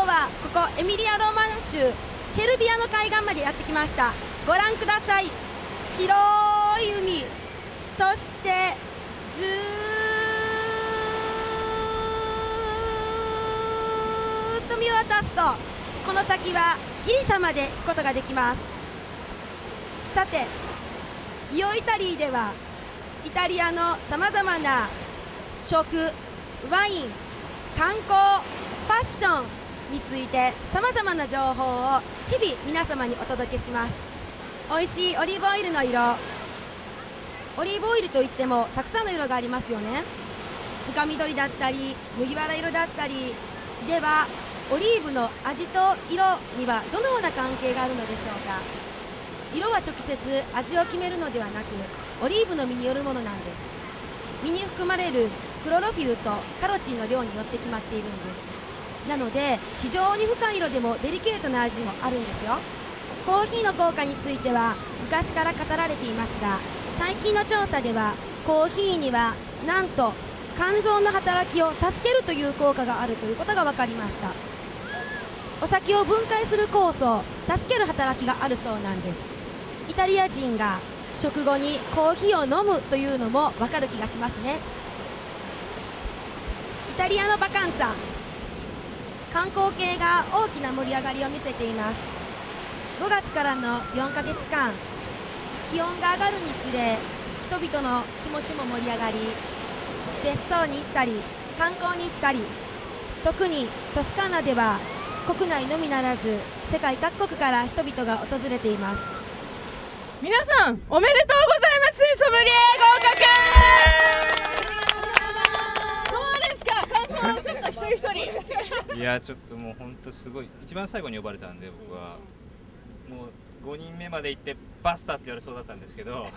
はここエミリア・ローマン州チェルビアの海岸までやってきました。ご覧ください。広い海、そしてずーっと見渡すとこの先はギリシャまで行くことができます。さて、イオイタリーではイタリアのさまざまな食、ワイン、観光、ファッションについてさまざまな情報を日々皆様にお届けします。美味しいオリーブオイルの色、オリーブオイルといってもたくさんの色がありますよね。深緑だったり麦わら色だったり。ではオリーブの味と色にはどのような関係があるのでしょうか。色は直接味を決めるのではなくオリーブの実によるものなんです。実に含まれるクロロフィルとカロチンの量によって決まっているんです。なので非常に深い色でもデリケートな味もあるんですよ。コーヒーの効果については昔から語られていますが、最近の調査ではコーヒーにはなんと肝臓の働きを助けるという効果があるということが分かりました。お酒を分解する酵素を助ける働きがあるそうなんです。イタリア人が食後にコーヒーを飲むというのも分かる気がしますね。イタリアのバカンツァ、観光系が大きな盛り上がりを見せています。5月からの4ヶ月間、気温が上がるにつれ人々の気持ちも盛り上がり、別荘に行ったり観光に行ったり、特にトスカーナでは国内のみならず世界各国から人々が訪れています。 皆さんおめでとうございます。ソムリエ合格。どうですか、感想をちょっと一人一人。 いやちょっともう本当すごい、一番最後に呼ばれたんで僕はもう5人目まで行ってバスタって言われそうだったんですけど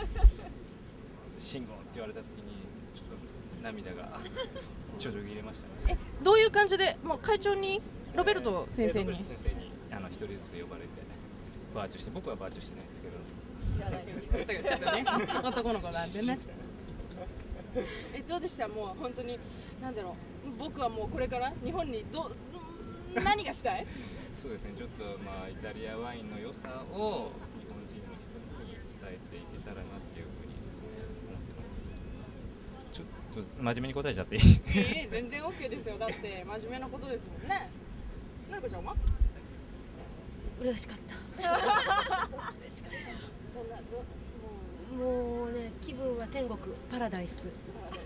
信号って言われた時にちょっと涙がちょちょぎれましたね。 どういう感じで、もう会長にロベルト先生に、 ロベルト先生に一人ずつ呼ばれてバーチュして、僕はバーチュしてないですけどちょっとね男の子なんでね。どうでした。もう本当になんだろう、僕はもうこれから日本に何がしたいそうですね、ちょっとイタリアワインの良さを日本人の人に伝えていけたらなっていうふうに思ってます。ちょっと真面目に答えちゃっていい全然 OK ですよ。だって真面目なことですもんね。なるこちゃんは嬉しかった嬉しかった。もうね、気分は天国、パラダイス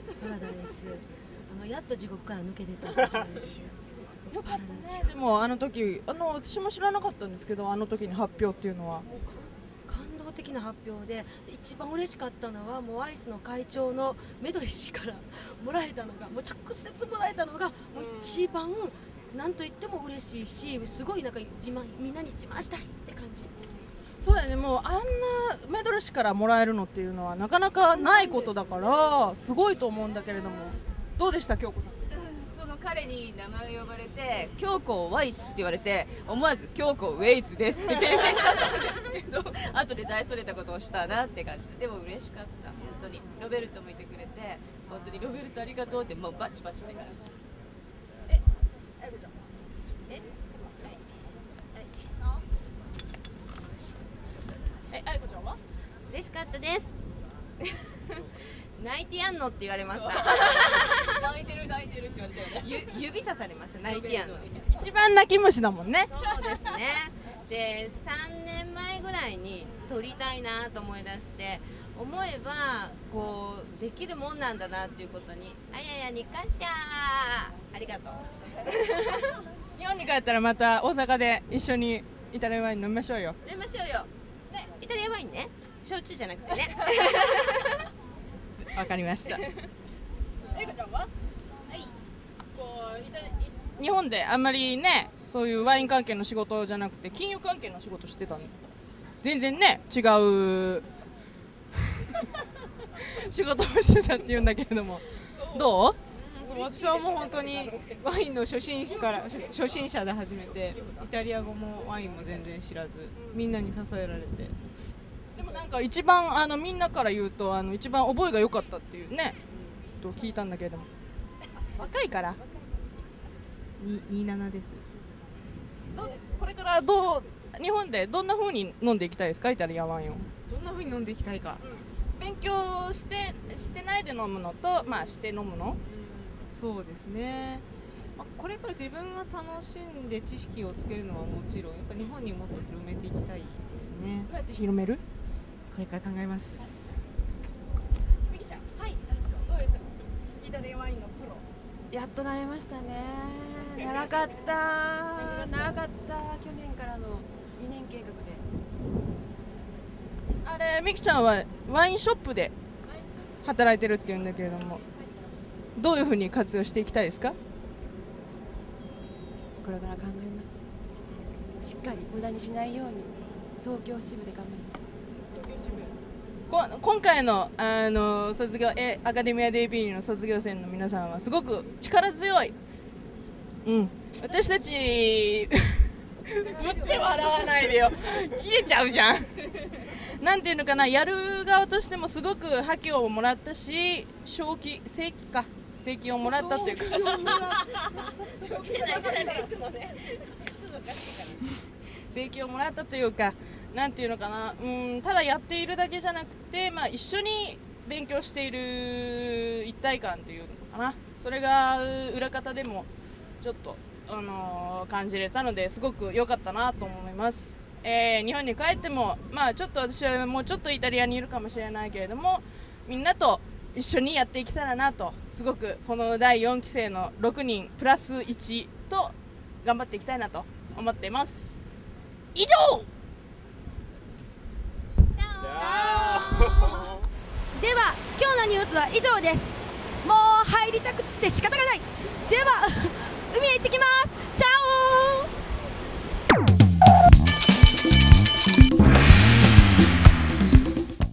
やっと地獄から抜け出たよかったね。 でもあの時私も知らなかったんですけど、あの時に発表っていうのは感動的な発表で、一番嬉しかったのはもうアイスの会長のメドリ氏からもらえたのが、もう直接もらえたのがもう一番なんと言っても嬉しいし、すごいなんかみんなに自慢したいって感じ。 そうだよね。もうあんなメドル氏からもらえるのっていうのはなかなかないことだからすごいと思うんだけれども、どうでした京子さん。 その彼に名前を呼ばれて京子ワイツって言われて、思わず京子ウェイツですって訂正しちゃったんですけど後で大それたことをしたなって感じで、でも嬉しかった。本当にロベルトもいてくれて、本当にロベルトありがとうって、もうバチバチって感じ。 あいこちゃんは嬉しかったです泣いてやんのって言われました泣いてるって言われたよね。 指さされました。泣いてやんの。 一番泣き虫だもんね。 そうですね。で3年前ぐらいに撮りたいなと思い出して、思えばこうできるもんなんだなっていうことに、あややに感謝。ありがとう日本に帰ったらまた大阪で一緒にイタリアワイン飲みましょうよ。 飲みましょうよ、ね、イタリアワインね、焼酎じゃなくてねわかりました。えいこちゃんは、日本であんまりね、そういうワイン関係の仕事じゃなくて金融関係の仕事してたの。全然ね違う仕事をしてたっていうんだけれども、どう？ 私はもう本当にワインの初心者で始めて、イタリア語もワインも全然知らず、みんなに支えられて。 でもなんか一番みんなから言うと一番覚えが良かったっていうねと聞いたんだけれども、若いから 27です。 これから日本でどんな風に飲んでいきたいですか、イタリアワインを。 どんな風に飲んでいきたいか。 勉強してないで飲むのと、まあして飲むの。 そうですね。これから自分が楽しんで知識をつけるのはもちろん、やっぱ日本にもっと広めていきたいですね。 どうやって広める？ これから考えます。 ミキちゃん、はい、どうですよ。イタリアワインのプロ。 やっと慣れましたね。長かった。去年からの2年計画で。 あれ、ミキちゃんはワインショップで働いてるっていうんだけれども、どういうふうに活用していきたいですか？ これから考えます。しっかり無駄にしないように東京支部で頑張ります。 今回の、卒業アカデミア・デイ・ビーリの卒業生の皆さんはすごく力強い、私たちぶって笑わないでよ、切れちゃうじゃんなんていうのかな、やる側としてもすごく覇気をもらったし、正気をもらったというか正気じゃないからね、いつもね正気をもらったというか、なんていうのかな、ただやっているだけじゃなくて、一緒に勉強している一体感というのかな、それが裏方でもちょっと、感じれたので、すごく良かったなと思います。日本に帰っても、ちょっと私はもうちょっとイタリアにいるかもしれないけれども、みんなと一緒にやっていけたらなと、すごくこの第4期生の6人プラス1と頑張っていきたいなと思っています。以上。 では今日のニュースは以上です。もう入りたくって仕方がない。では